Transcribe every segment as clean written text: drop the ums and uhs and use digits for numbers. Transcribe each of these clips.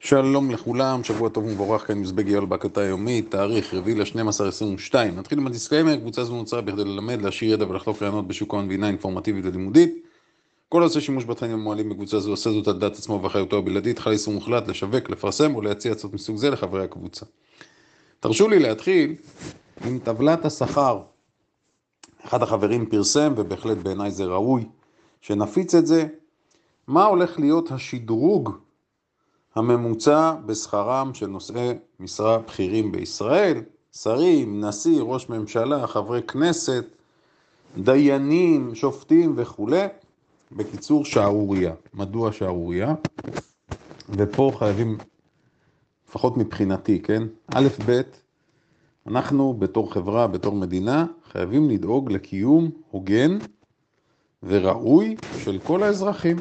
שלום לכולם, שבוע טוב ומבורך, כאן מזבג יואל בהקלטה היומית, תאריך 4/12/22. נתחיל עם הדיסקליימר. קבוצה זו נוצרה בכדי ללמד, להשאיר ידע ולחלוק רעיונות בשוק ההון ועינה אינפורמטיבית ולימודית. כל עושה שימוש בתכנים המועלים בקבוצה זו עושה זאת על דעת עצמו ואחריותו הבלעדית. חל איסור מוחלט לשווק, לפרסם או להציע הצעות מסוג זה לחברי הקבוצה. תרשו לי להתחיל עם טבלת השכר. אחד החברים פרסם, ובהחלט בעיניי זה ראוי שנפיץ את זה. מה הולך להיות השדרוג הממוצע בשכרם של נושאי משרה בכירים בישראל? שרים, נשיא, ראש ממשלה, חברי כנסת, דיינים, שופטים וכו'. בקיצור, שערוריה. מדוע שערוריה? ופה חייבים, לפחות מבחינתי, כן? א' ב', אנחנו בתור חברה, בתור מדינה, חייבים לדאוג לקיום הוגן וראוי של כל האזרחים.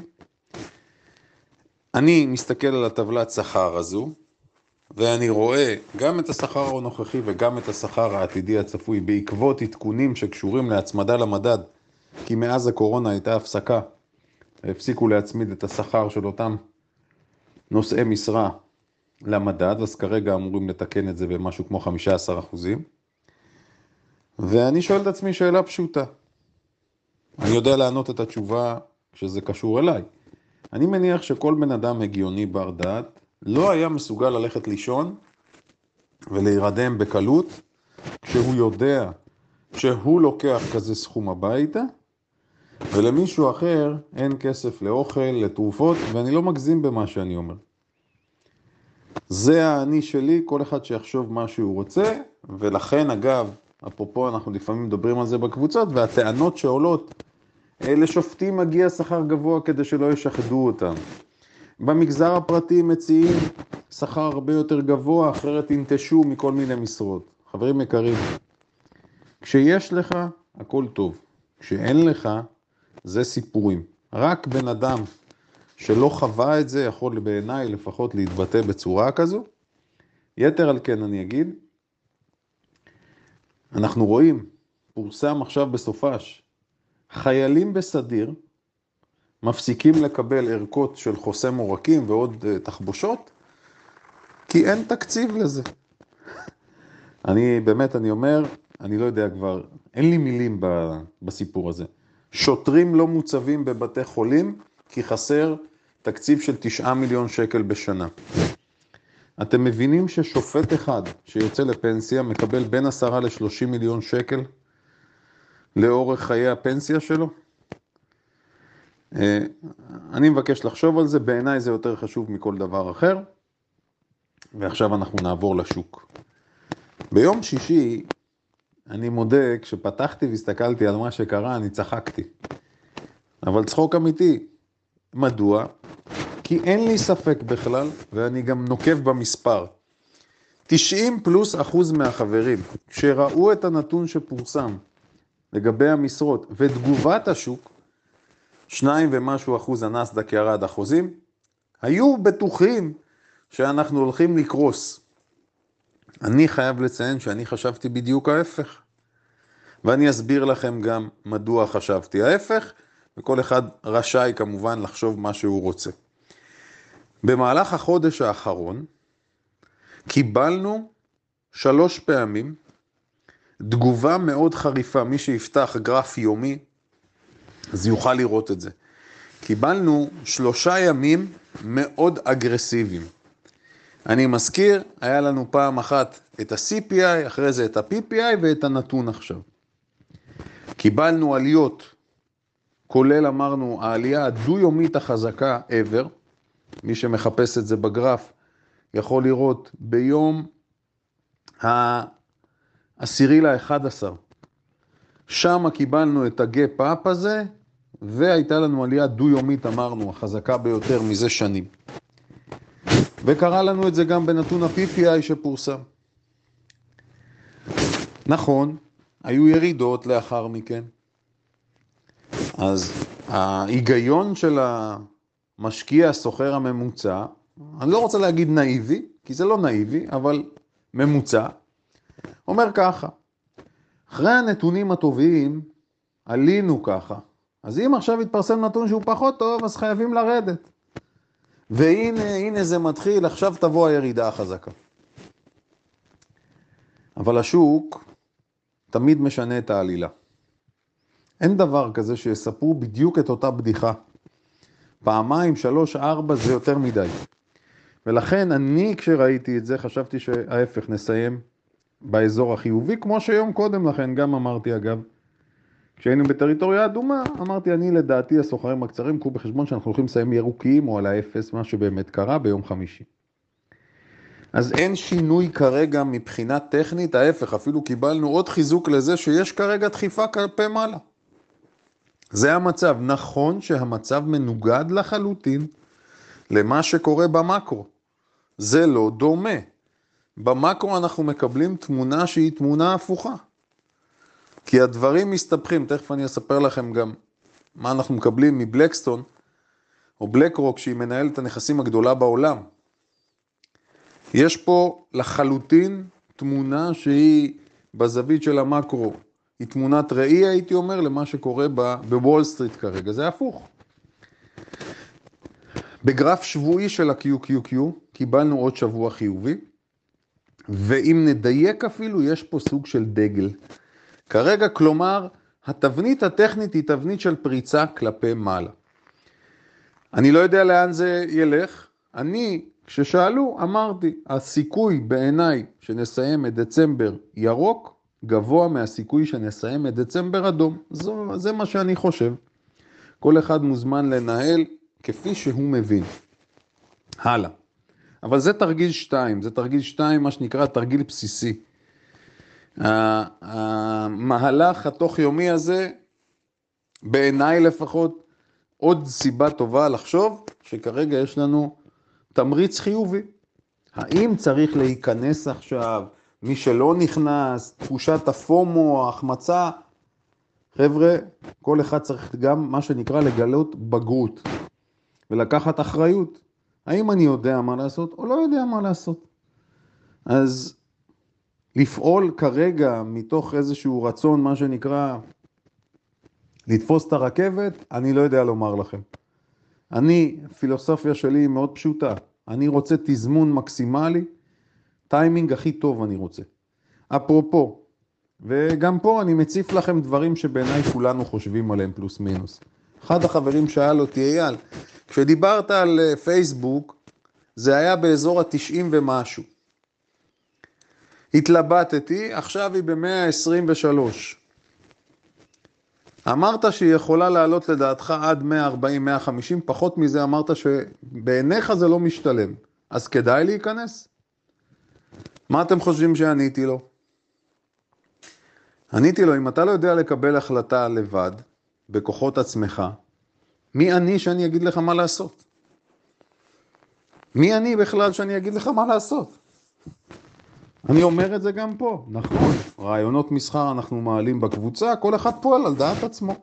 אני מסתכל על הטבלת שכר הזו, ואני רואה גם את השכר הנוכחי וגם את השכר העתידי הצפוי בעקבות עדכונים שקשורים להצמדה למדד, כי מאז הקורונה הייתה הפסקה, הפסיקו להצמיד את השכר של אותם נושאי משרה למדד, אז כרגע אמורים לתקן את זה במשהו כמו 15%. ואני שואל את עצמי שאלה פשוטה. אני יודע לענות את התשובה שזה קשור אליי. אני מניח שכל בן אדם הגיוני בר דעת לא היה מסוגל ללכת לישון ולהירדם בקלות כשהוא יודע שהוא לוקח כזה סכום הביתה ולמישהו אחר אין כסף לאוכל, לתרופות, ואני לא מגזים במה שאני אומר. זה האני שלי, כל אחד שיחשוב מה שהוא רוצה, ולכן אגב, אפרופו אנחנו לפעמים מדברים על זה בקבוצות, והטענות שעולות, לשופטים מגיע שכר גבוה כדי שלא ישחדו אותם. במגזר הפרטי מציעים שכר הרבה יותר גבוה, אחרת ינטשו מכל מיני משרות. חברים יקרים, כשיש לך, הכל טוב. כשאין לך, זה סיפורים. רק בן אדם שלא חווה את זה יכול בעיניי לפחות להתבטא בצורה כזו. יתר על כן אני אגיד, אנחנו רואים, פורסם עכשיו בסופש, חיילים בסדיר מפסיקים לקבל ערכות של חוסם עורקים ועוד תחבושות, כי אין תקציב לזה. אני אומר, אני לא יודע כבר, אין לי מילים בסיפור הזה. שוטרים לא מוצבים בבתי חולים, כי חסר תקציב של 9 מיליון שקל בשנה. אתם מבינים ששופט אחד שיוצא לפנסיה מקבל בין 10 ל-30 מיליון שקל לאורך חיי הפנסיה שלו? אני מבקש לחשוב על זה, בעיניי זה יותר חשוב מכל דבר אחר. ועכשיו אנחנו נעבור לשוק. ביום שישי, אני מודה, כשפתחתי והסתכלתי על מה שקרה, אני צחקתי. אבל צחוק אמיתי. מדוע? כי אין לי ספק בכלל, ואני גם נוקב במספר. 90+% מהחברים, כשראו את הנתון שפורסם לגבי המשרות ותגובת השוק, 2 ומשהו אחוז הנסדק ירד אחוזים, היו בטוחים שאנחנו הולכים לקרוס. אני חייב לציין שאני חשבתי בדיוק ההפך. ואני אסביר לכם גם מדוע חשבתי ההפך, וכל אחד רשאי כמובן לחשוב מה שהוא רוצה. במהלך החודש האחרון, קיבלנו 3 פעמים תגובה מאוד חריפה. מי שיפתח גרף יומי, אז יוכל לראות את זה. קיבלנו 3 ימים מאוד אגרסיביים. אני מזכיר, היה לנו פעם אחת את ה-CPI, אחרי זה את ה-PPI ואת הנתון עכשיו. קיבלנו עליות, כולל אמרנו העלייה הדו-יומית החזקה ever, מי שמחפש את זה בגרף יכול לראות ביום ה-10/11. שם קיבלנו את הגאפ אפ הזה, והייתה לנו עלייה דו-יומית, אמרנו, החזקה ביותר מזה שנים. וקרה לנו את זה גם בנתון ה-PPI שפורסם. נכון, היו ירידות לאחר מכן. אז ההיגיון של המשקיע הסוחר הממוצע, אני לא רוצה להגיד נאיבי, כי זה לא נאיבי, אבל ממוצע, אומר ככה, אחרי הנתונים הטובים, עלינו ככה. אז אם עכשיו יתפרסם נתון שהוא פחות טוב, אז חייבים לרדת. והנה זה מתחיל, עכשיו תבוא הירידה החזקה. אבל השוק תמיד משנה את העלילה. אין דבר כזה שיספרו בדיוק את אותה בדיחה. פעמיים, 3, 4 זה יותר מדי. ולכן אני כשראיתי את זה חשבתי שההפך נסיים באזור החיובי, כמו שיום קודם לכן גם אמרתי אגב. כשהיינו בטריטוריה אדומה, אמרתי אני לדעתי הסוחרים הקצרים, קחו בחשבון שאנחנו הולכים לסיים ירוקים או על האפס, מה שבאמת קרה ביום חמישי. אז אין שינוי כרגע מבחינה טכנית, ההפך, אפילו קיבלנו עוד חיזוק לזה שיש כרגע דחיפה כלפי מעלה. זה המצב. נכון שהמצב מנוגד לחלוטין למה שקורה במקרו. זה לא דומה. במקרו אנחנו מקבלים תמונה שהיא תמונה הפוכה. כי הדברים מסתבכים, תכף אני אספר לכם גם מה אנחנו מקבלים מבלקסטון, או בלק רוק שהיא מנהלת הנכסים הגדולה בעולם. יש פה לחלוטין תמונה שהיא בזווית של המקרו, היא תמונת ראי הייתי אומר למה שקורה בוול סטריט כרגע, זה הפוך. בגרף שבועי של ה-QQQ קיבלנו עוד שבוע חיובי, ואם נדייק אפילו יש פה סוג של דגל. כרגע כלומר התבנית הטכנית היא תבנית של פריצה כלפי מעלה. אני לא יודע לאן זה ילך, אני כששאלו אמרתי הסיכוי בעיניי שנסיים את דצמבר ירוק גבוה מהסיכוי שנסיים את דצמבר אדום, זה מה שאני חושב. כל אחד מוזמן לנהל כפי שהוא מבין. הלאה. אבל זה תרגיל 2, זה תרגיל 2 מה שנקרא תרגיל בסיסי. המהלך התוך יומי הזה, בעיניי לפחות, עוד סיבה טובה לחשוב שכרגע יש לנו תמריץ חיובי. האם צריך להיכנס עכשיו, מי שלא נכנס, תחושת הפומו, ההחמצה, חבר'ה, כל אחד צריך גם מה שנקרא לגלות בגרות ולקחת אחריות. האם אני יודע מה לעשות או לא יודע מה לעשות? אז לפעול כרגע מתוך איזשהו רצון, מה שנקרא, לתפוס את הרכבת, אני לא יודע לומר לכם. הפילוסופיה שלי היא מאוד פשוטה. אני רוצה תזמון מקסימלי, טיימינג הכי טוב אני רוצה. אפרופו, וגם פה אני מציף לכם דברים שבעיניי כולנו חושבים עליהם פלוס מינוס. אחד החברים שאל אותי, אייל, כשדיברת על פייסבוק, זה היה באזור ה-90 ומשהו. התלבטתי, עכשיו היא ב-123. אמרת שהיא יכולה לעלות לדעתך עד 140, 150, פחות מזה אמרת שבעיניך זה לא משתלם. אז כדאי להיכנס? מה אתם חושבים שעניתי לו? עניתי לו, אם אתה לא יודע לקבל החלטה לבד, בכוחות עצמך, מי אני שאני אגיד לך מה לעשות? מי אני בכלל שאני אגיד לך מה לעשות? אני אומר את זה גם פה, נכון, רעיונות מסחר אנחנו מעלים בקבוצה, כל אחד פועל על דעת עצמו.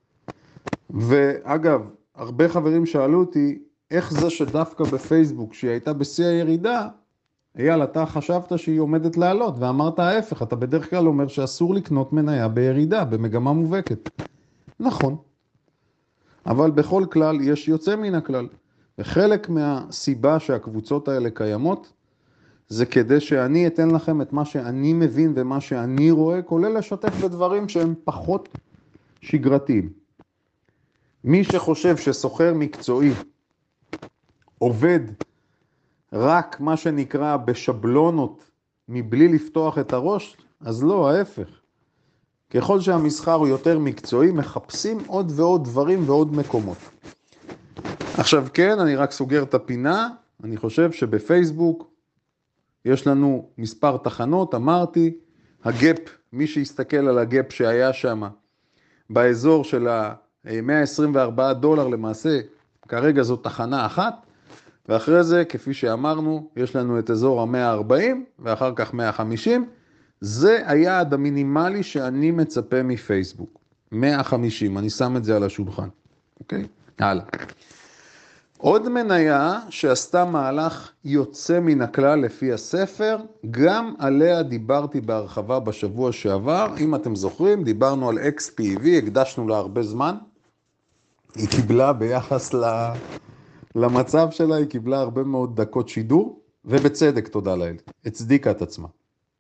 ואגב, הרבה חברים שאלו אותי, איך זה שדווקא בפייסבוק, שהיא הייתה בשיא הירידה, אייל, אתה חשבת שהיא עומדת לעלות, ואמרת ההפך, אתה בדרך כלל אומר שאסור לקנות מניה בירידה, במגמה מובהקת. נכון, אבל בכל כלל יש יוצא מן הכלל, וחלק מהסיבה שהקבוצות האלה קיימות, זה כדי שאני אתן לכם את מה שאני מבין ומה שאני רואה, כולל לשתף בדברים שהם פחות שגרתיים. מי שחושב שסוחר מקצועי עובד רק מה שנקרא בשבלונות מבלי לפתוח את הראש, אז לא, ההפך. ככל שהמסחר הוא יותר מקצועי, מחפשים עוד ועוד דברים ועוד מקומות. עכשיו כן, אני רק סוגר את הפינה, אני חושב שבפייסבוק יש לנו מספר תחנות, אמרתי, הגאפ, מי שיסתכל על הגאפ שהיה שם, באזור של $124 למעשה, כרגע זו תחנה אחת, ואחרי זה, כפי שאמרנו, יש לנו את אזור ה-140, ואחר כך 150, זה היעד המינימלי שאני מצפה מפייסבוק, 150, אני שם את זה על השולחן, אוקיי? הלאה. עוד מניה שעשתה מהלך יוצא מן הכלל לפי הספר, גם עליה דיברתי בהרחבה בשבוע שעבר, אם אתם זוכרים, דיברנו על XPV, הקדשנו לה הרבה זמן, היא קיבלה ביחס למצב שלה היא קיבלה הרבה מאוד דקות שידור, ובצדק, תודה לאל, הצדיקה את עצמה.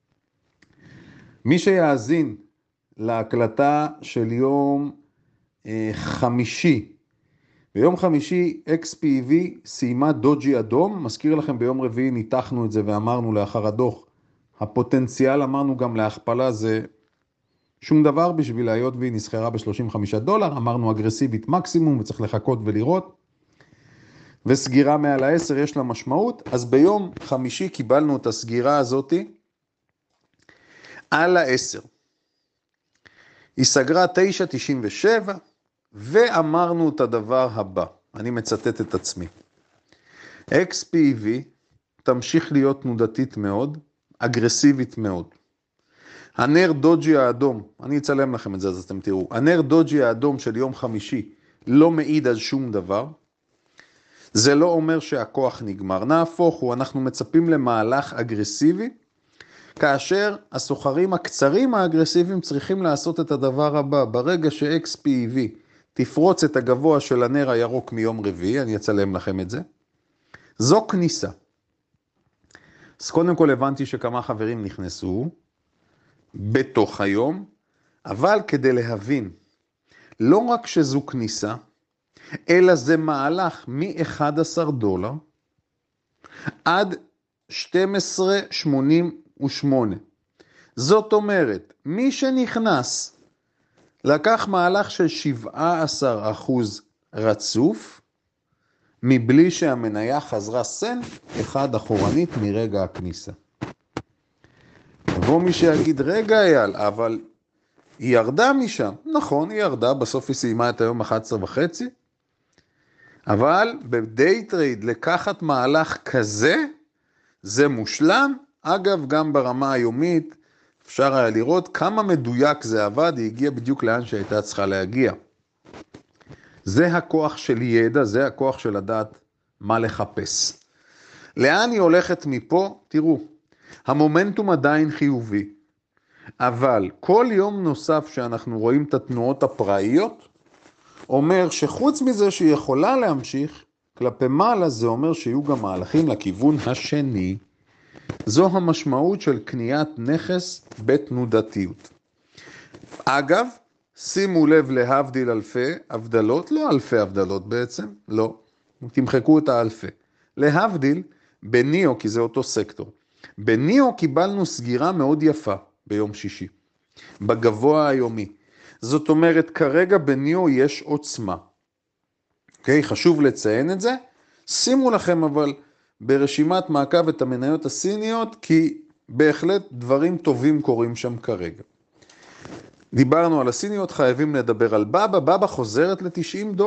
מי שיאזין להקלטה של יום חמישי, ביום חמישי XPV סיימה דוג'י אדום, מזכיר לכם ביום רביעי ניתחנו את זה ואמרנו לאחר הדוח, הפוטנציאל אמרנו גם להכפלה זה שום דבר בשביל היות והיא נסחרה ב$35, אמרנו אגרסיבית מקסימום וצריך לחכות ולראות, וסגירה מעל ה-10 יש לה משמעות, אז ביום חמישי קיבלנו את הסגירה הזאת על ה-10. היא סגרה 9.97, ואמרנו את הדבר הבא, אני מצטט את עצמי. XPV תמשיך להיות תנודתית מאוד, אגרסיבית מאוד. הנר דוג'י האדום, אני אצלם לכם את זה אז אתם תראו, הנר דוג'י האדום של יום חמישי לא מעיד על שום דבר, זה לא אומר שהכוח נגמר, נהפוך הוא, אנחנו מצפים למהלך אגרסיבי, כאשר הסוחרים הקצרים האגרסיביים צריכים לעשות את הדבר הבא, ברגע ש-XPV תפרוץ את הגבוה של הנר הירוק מיום רביעי, אני אצלם לכם את זה, זו כניסה. אז קודם כל הבנתי שכמה חברים נכנסו בתוך היום, אבל כדי להבין, לא רק שזו כניסה, אלא זה מהלך מ-$11 עד 12.88. זאת אומרת, מי שנכנס לקח מהלך של 17% רצוף, מבלי שהמניה חזרה סנט אחד אחורנית מרגע הכניסה. ובוא מי שיגיד, רגע אייל, אבל היא ירדה משם. נכון, היא ירדה, בסוף היא סיימה את היום 11.5, אבל בדיי טרייד לקחת מהלך כזה, זה מושלם. אגב, גם ברמה היומית, אפשר היה לראות כמה מדויק זה עבד, היא הגיעה בדיוק לאן שהייתה צריכה להגיע. זה הכוח של ידע, זה הכוח של לדעת מה לחפש. לאן היא הולכת מפה? תראו, המומנטום עדיין חיובי, אבל כל יום נוסף שאנחנו רואים את התנועות הפראיות, אומר שחוץ מזה שהיא יכולה להמשיך, כלפי מעלה זה אומר שיהיו גם מהלכים לכיוון השני. זו המשמעות של קניית נכס בתנודתיות. אגב, שימו לב להבדיל אלפי הבדלות, לא אלפי הבדלות בעצם, לא, תמחקו את האלפי. להבדיל בניו, כי זה אותו סקטור. בניו קיבלנו סגירה מאוד יפה ביום שישי, בגבוה היומי. זאת אומרת, כרגע בניו יש עוצמה. אוקיי, חשוב לציין את זה. שימו לכם אבל ברשימת מעקב את המניות הסיניות, כי בהחלט דברים טובים קורים שם כרגע. דיברנו על הסיניות, חייבים לדבר על בבא. בבא חוזרת $90.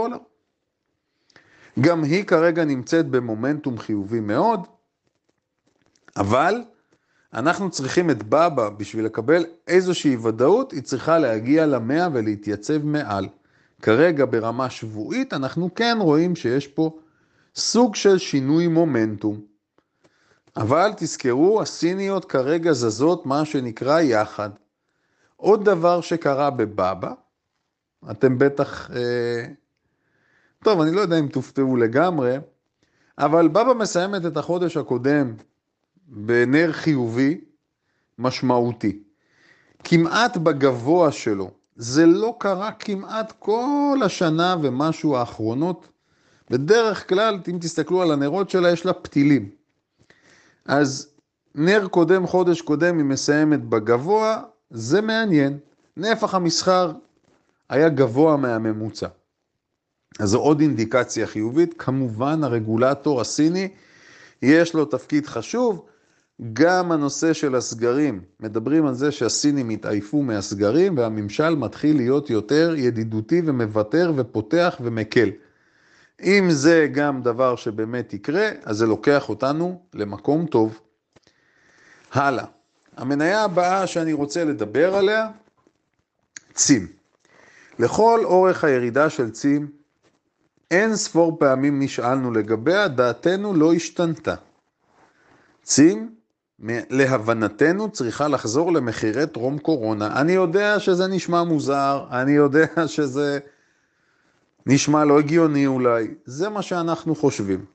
גם היא כרגע נמצאת במומנטום חיובי מאוד, אבל אנחנו צריכים את בבא בשביל לקבל איזושהי ודאות, היא צריכה להגיע ל-100 ולהתייצב מעל. כרגע ברמה שבועית אנחנו כן רואים שיש פה סוג של שינוי מומנטום. אבל תזכרו, הסיניות כרגע זזות מה שנקרא יחד. עוד דבר שקרה בבבא, אתם בטח, טוב, אני לא יודע אם תופתעו לגמרי, אבל בבא מסיימת את החודש הקודם בנר חיובי משמעותי. כמעט בגבוה שלו. זה לא קרה כמעט כל השנה ומשהו האחרונות. בדרך כלל, אם תסתכלו על הנרות שלה, יש לה פתילים. אז נר קודם, חודש קודם, היא מסיימת בגבוה, זה מעניין. נפח המסחר היה גבוה מהממוצע. אז זו עוד אינדיקציה חיובית. כמובן, הרגולטור הסיני, יש לו תפקיד חשוב. גם הנושא של הסגרים, מדברים על זה שהסינים התעייפו מהסגרים, והממשל מתחיל להיות יותר ידידותי ומוותר ופותח ומקל. אם זה גם דבר שבאמת יקרה, אז זה לוקח אותנו למקום טוב. הלאה. המניה הבאה שאני רוצה לדבר עליה, צים. לכל אורך הירידה של צים, אין ספור פעמים נשאלנו לגביה, דעתנו לא השתנתה. צים, להבנתנו, צריכה לחזור למחירי טרום קורונה. אני יודע שזה נשמע מוזר, אני יודע שזה נשמע לא הגיוני אולי, זה מה שאנחנו חושבים.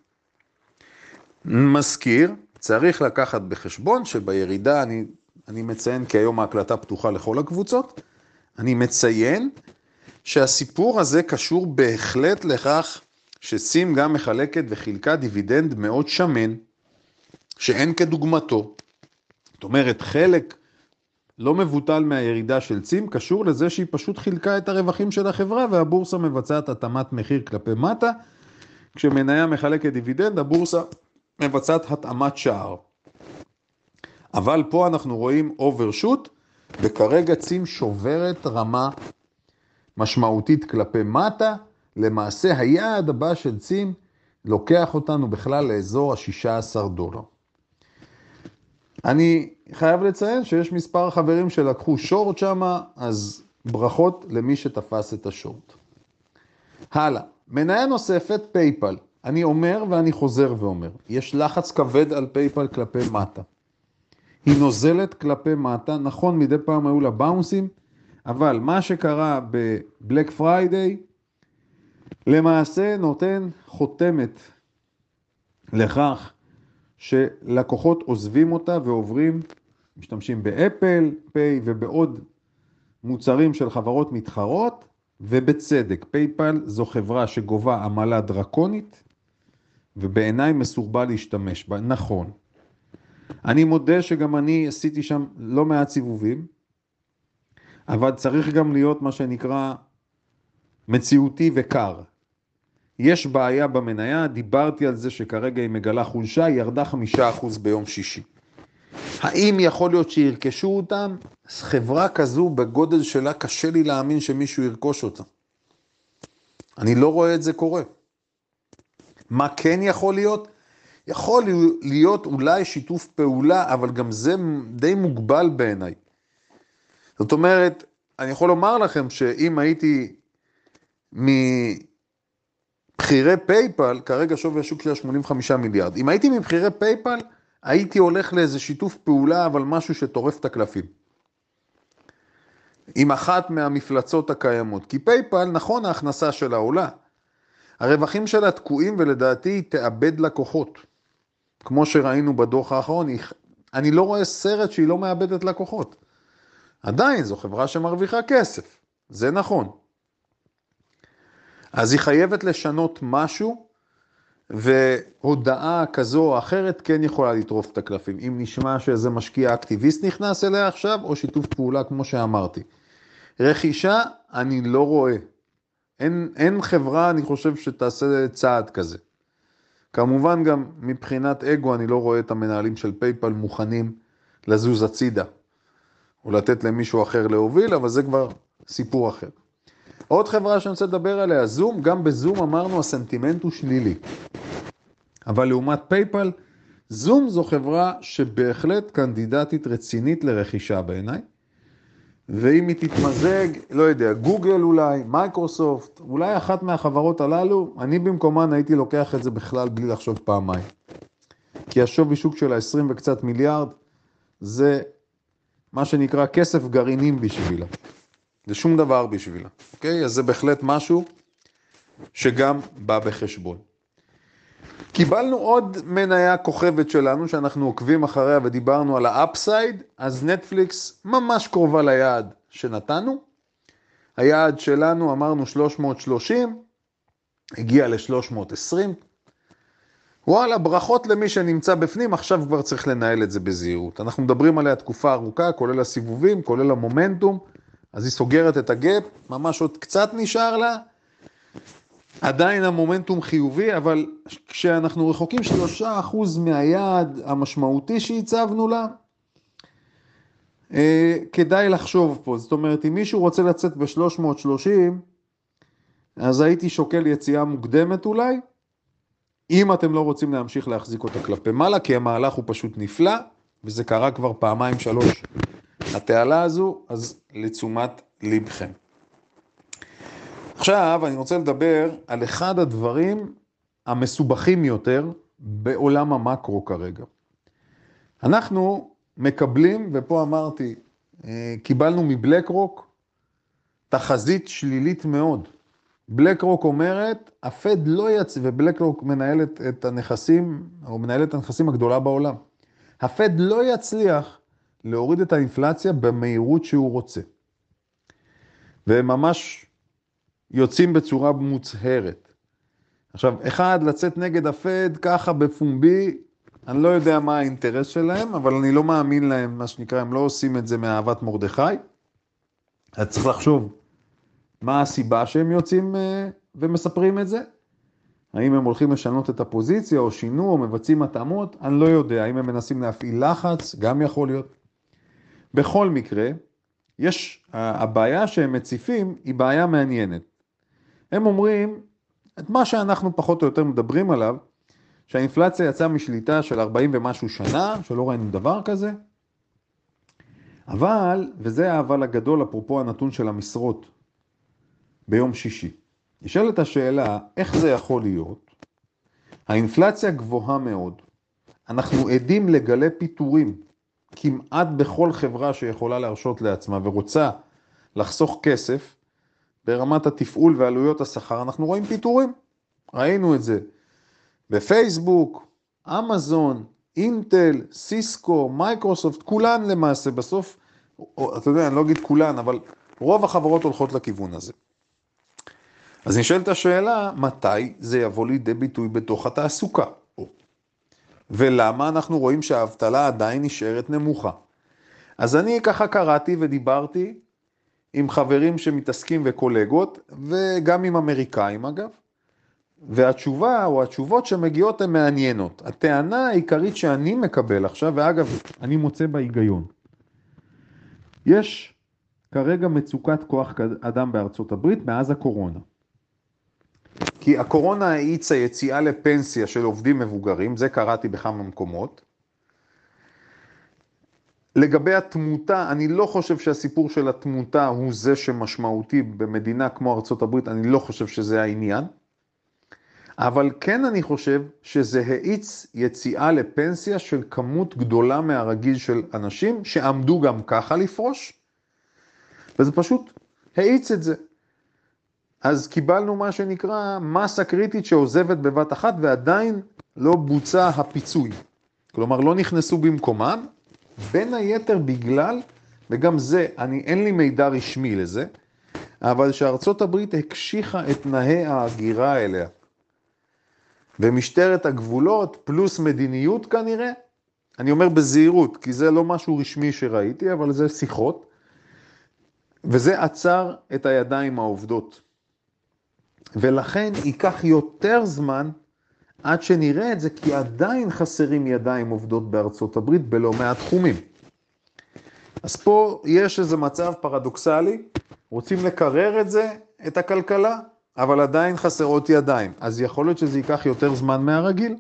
מזכיר, צריך לקחת בחשבון שבירידה, אני מציין כי היום ההקלטה פתוחה לכל הקבוצות, אני מציין שהסיפור הזה קשור בהחלט לכך שסים גם מחלקת וחילקה דיבידנד מאוד שמן, שאין כדוגמתו. זאת אומרת, חלק לא מבוטל מהירידה של צים קשור לזה שהיא פשוט חילקה את הרווחים של החברה, והבורסה מבצעת התאמת מחיר כלפי מטה. כשמניה מחלקת דיבידנד, הבורסה מבצעת התאמת שער. אבל פה אנחנו רואים אוברשוט, וכרגע צים שוברת רמה משמעותית כלפי מטה. למעשה היעד הבא של צים לוקח אותנו בכלל לאזור $16. אני חייב לציין שיש מספר חברים שלקחו שורט שם, אז ברכות למי שתפס את השורט. הלאה, מניה נוספת, פייפל. אני אומר ואני חוזר ואומר, יש לחץ כבד על פייפל כלפי מטה. היא נוזלת כלפי מטה, נכון מדי פעם היו לה באונסים, אבל מה שקרה בבלק פריידיי, למעשה נותן חותמת לכך שלקוחות עוזבים אותה ועוברים, משתמשים באפל, פיי ובעוד מוצרים של חברות מתחרות, ובצדק. פייפל זו חברה שגובה עמלה דרקונית, ובעיניי מסורבל להשתמש בה, נכון. אני מודה שגם אני עשיתי שם לא מעט סיבובים, אבל צריך גם להיות מה שנקרא מציאותי וקר. יש בעיה במניה, דיברתי על זה שכרגע היא מגלה חולשה, היא ירדה 5% ביום שישי. האם יכול להיות שירכשו אותם? חברה כזו בגודל שלה קשה לי להאמין שמישהו ירכוש אותה. אני לא רואה את זה קורה. מה כן יכול להיות? יכול להיות אולי שיתוף פעולה, אבל גם זה די מוגבל בעיניי. זאת אומרת, אני יכול לומר לכם שאם הייתי מבחירי פייפל, כרגע שווי השוק שלה 85 מיליארד. אם הייתי מבחירי פייפל, הייתי הולך לאיזה שיתוף פעולה, אבל משהו שטורף את הקלפים. עם אחת מהמפלצות הקיימות. כי פייפל, נכון, ההכנסה שלה עולה. הרווחים שלה תקועים ולדעתי היא תאבד לקוחות. כמו שראינו בדוח האחרון, אני לא רואה סרט שהיא לא מאבדת לקוחות. עדיין זו חברה שמרוויחה כסף. זה נכון. אז היא חייבת לשנות משהו, והודעה כזו או אחרת כן יכולה לטרוף את הקלפים. אם נשמע שאיזה משקיע אקטיביסט נכנס אליה עכשיו, או שיתוף פעולה כמו שאמרתי. רכישה אני לא רואה. אין חברה אני חושב שתעשה צעד כזה. כמובן גם מבחינת אגו אני לא רואה את המנהלים של פייפל מוכנים לזוז הצידה. או לתת למישהו אחר להוביל, אבל זה כבר סיפור אחר. עוד חברה שאני רוצה לדבר עליה, זום, גם בזום אמרנו הסנטימנט הוא שלילי. אבל לעומת פייפל, זום זו חברה שבהחלט קנדידטית רצינית לרכישה בעיניי. ואם היא תתמזג, לא יודע, גוגל אולי, מייקרוסופט, אולי אחת מהחברות הללו, אני במקומן הייתי לוקח את זה בכלל בלי לחשוב פעמיים. כי השווי שוק של 20 וקצת מיליארד, זה מה שנקרא כסף גרעינים בשבילה. זה שום דבר בשבילה. אוקיי? אז זה בהחלט משהו שגם בא בחשבון. קיבלנו עוד מניה כוכבת שלנו, שאנחנו עוקבים אחריה ודיברנו על האפסייד, אז נטפליקס ממש קרובה ליעד שנתנו. היעד שלנו אמרנו 330, הגיע ל-320. וואלה, ברכות למי שנמצא בפנים, עכשיו כבר צריך לנהל את זה בזהירות. אנחנו מדברים עליה תקופה ארוכה, כולל הסיבובים, כולל המומנטום, אז היא סוגרת את הגאפ, ממש עוד קצת נשאר לה, עדיין המומנטום חיובי, אבל כשאנחנו רחוקים 3% מהיעד המשמעותי שהצבנו לה, כדאי לחשוב פה. זאת אומרת, אם מישהו רוצה לצאת ב-330, אז הייתי שוקל יציאה מוקדמת אולי, אם אתם לא רוצים להמשיך להחזיק אותה כלפי מעלה, כי המהלך הוא פשוט נפלא, וזה קרה כבר פעמיים 3 התעלה הזו, אז לתשומת לבכם. עכשיו אני רוצה לדבר על אחד הדברים המסובכים יותר בעולם המקרו כרגע. אנחנו מקבלים, ופה, קיבלנו מבלק רוק תחזית שלילית מאוד. בלק רוק אומרת, הפד לא יצליח, ובלק רוק מנהלת את הנכסים, או מנהלת את הנכסים הגדולה בעולם. הפד לא יצליח להוריד את האינפלציה במהירות שהוא רוצה. והם ממש יוצאים בצורה מוצהרת. עכשיו, אחד, לצאת נגד הפד ככה בפומבי, אני לא יודע מה האינטרס שלהם, אבל אני לא מאמין להם, מה שנקרא, הם לא עושים את זה מאהבת מרדכי. אז צריך לחשוב מה הסיבה שהם יוצאים ומספרים את זה. האם הם הולכים לשנות את הפוזיציה, או שינו, או מבצעים התאמות, אני לא יודע. האם הם מנסים להפעיל לחץ, גם יכול להיות. בכל מקרה, הבעיה שהם מציפים היא בעיה מעניינת. הם אומרים, את מה שאנחנו פחות או יותר מדברים עליו, שהאינפלציה יצאה משליטה של 40 ומשהו שנה, שלא ראינו דבר כזה, אבל, וזה האבל הגדול אפרופו הנתון של המשרות ביום שישי. נשאלת השאלה, איך זה יכול להיות? האינפלציה גבוהה מאוד. אנחנו עדים לגלי פיטורים, כמעט בכל חברה שיכולה להרשות לעצמה ורוצה לחסוך כסף, ברמת התפעול ועלויות השכר, אנחנו רואים פיטורים. ראינו את זה בפייסבוק, אמזון, אינטל, סיסקו, מייקרוסופט, כולן למעשה בסוף, אתה יודע, אני לא אגיד כולן, אבל רוב החברות הולכות לכיוון הזה. אז נשאלת השאלה, מתי זה יבוא לידי ביטוי בתוך התעסוקה? ולמה אנחנו רואים שהאבטלה עדיין נשארת נמוכה? אז אני ככה קראתי ודיברתי עם חברים שמתעסקים וקולגות, וגם עם אמריקאים אגב, והתשובה או התשובות שמגיעות הן מעניינות. הטענה העיקרית שאני מקבל עכשיו, ואגב, אני מוצא בהיגיון. יש כרגע מצוקת כוח אדם בארצות הברית מאז הקורונה. כי הקורונה האיצה יציאה לפנסיה של עובדים מבוגרים, זה קראתי בכמה מקומות. לגבי התמותה, אני לא חושב שהסיפור של התמותה הוא זה שמשמעותי במדינה כמו ארצות הברית, אני לא חושב שזה העניין. אבל כן אני חושב שזה האיץ יציאה לפנסיה של כמות גדולה מהרגיל של אנשים שעמדו גם ככה לפרוש, וזה פשוט האיץ את זה. אז קיבלנו מה שנקרא מסה קריטית שעוזבת בבת אחת ועדיין לא בוצע הפיצוי. כלומר לא נכנסו במקומם, בין היתר בגלל, וגם זה, אין לי מידע רשמי לזה, אבל שארצות הברית הקשיחה את תנאי ההגירה אליה. ומשטרת הגבולות פלוס מדיניות כנראה, אני אומר בזהירות, כי זה לא משהו רשמי שראיתי, אבל זה שיחות, וזה עצר את הידיים העובדות. ולכן ייקח יותר זמן עד שנראה את זה, כי עדיין חסרים ידיים עובדות בארצות הברית בלא מעט תחומים. אז פה יש איזה מצב פרדוקסלי, רוצים לקרר את זה, את הכלכלה, אבל עדיין חסרות ידיים. אז יכול להיות שזה ייקח יותר זמן מהרגיל.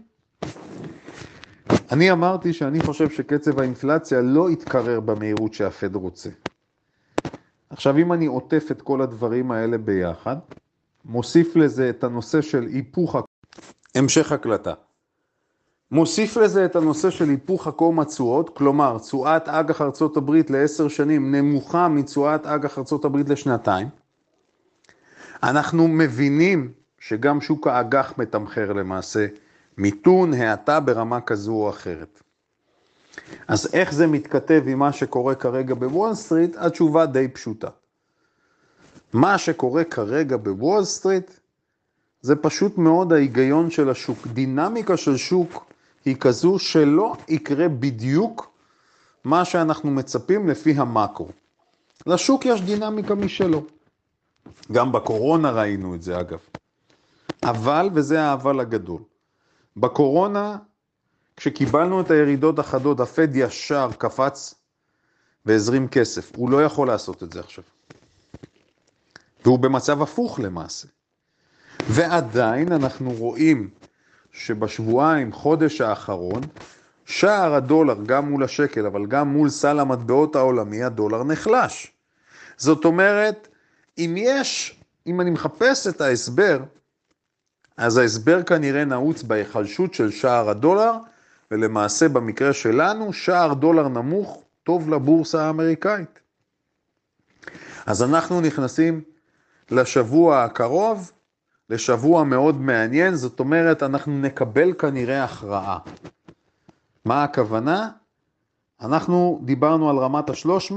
אני אמרתי שאני חושב שקצב האינפלציה לא יתקרר במהירות שהפד רוצה. עכשיו אם אני עוטף את כל הדברים האלה ביחד, מוסיף לזה את הנושא של היפוך, המשך הקלטה. מוסיף לזה את הנושא של היפוך הקום התשואות, כלומר, תשואת אג"ח ארצות הברית ל10 שנים נמוכה מתשואת אג"ח ארצות הברית לשנתיים. אנחנו מבינים שגם שוק האג"ח מתמחר למעשה מיתון, האטה ברמה כזו או אחרת. אז איך זה מתכתב עם מה שקורה כרגע בוול סטריט? התשובה די פשוטה. מה שקורה כרגע בוול סטריט זה פשוט מאוד ההיגיון של השוק. דינמיקה של שוק היא כזו שלא יקרה בדיוק מה שאנחנו מצפים לפי המקרו. לשוק יש דינמיקה משלו. גם בקורונה ראינו את זה אגב. אבל, וזה האבל הגדול, בקורונה כשקיבלנו את הירידות החדות, הפד ישר קפץ והזרים כסף. הוא לא יכול לעשות את זה עכשיו. והוא במצב הפוך למעשה. ועדיין אנחנו רואים שבשבועיים, חודש האחרון, שער הדולר גם מול השקל, אבל גם מול סל המטבעות העולמי, הדולר נחלש. זאת אומרת, אם אני מחפש את ההסבר, אז ההסבר כנראה נעוץ בהיחלשות של שער הדולר, ולמעשה במקרה שלנו, שער דולר נמוך טוב לבורסה האמריקאית. אז אנחנו נכנסים לשבוע הקרוב לשבוע מאוד מעניין, זאת אומרת, אנחנו נקבל כנראה הכרעה. מה הכוונה? אנחנו דיברנו על רמת ה-300,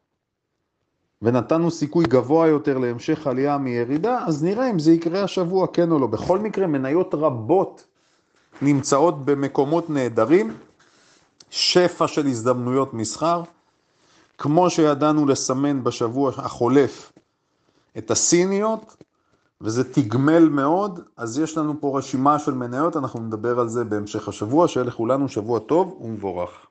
ונתנו סיכוי גבוה יותר להמשך עלייה מירידה, אז נראה אם זה יקרה השבוע, כן או לא. בכל מקרה, מניות רבות נמצאות במקומות נהדרים, שפע של הזדמנויות מסחר, כמו שידענו לסמן בשבוע החולף את הסיניות, וזה תגמל מאוד, אז יש לנו פה רשימה של מניות, אנחנו נדבר על זה בהמשך השבוע, שיהיה לכולנו שבוע טוב ומבורך.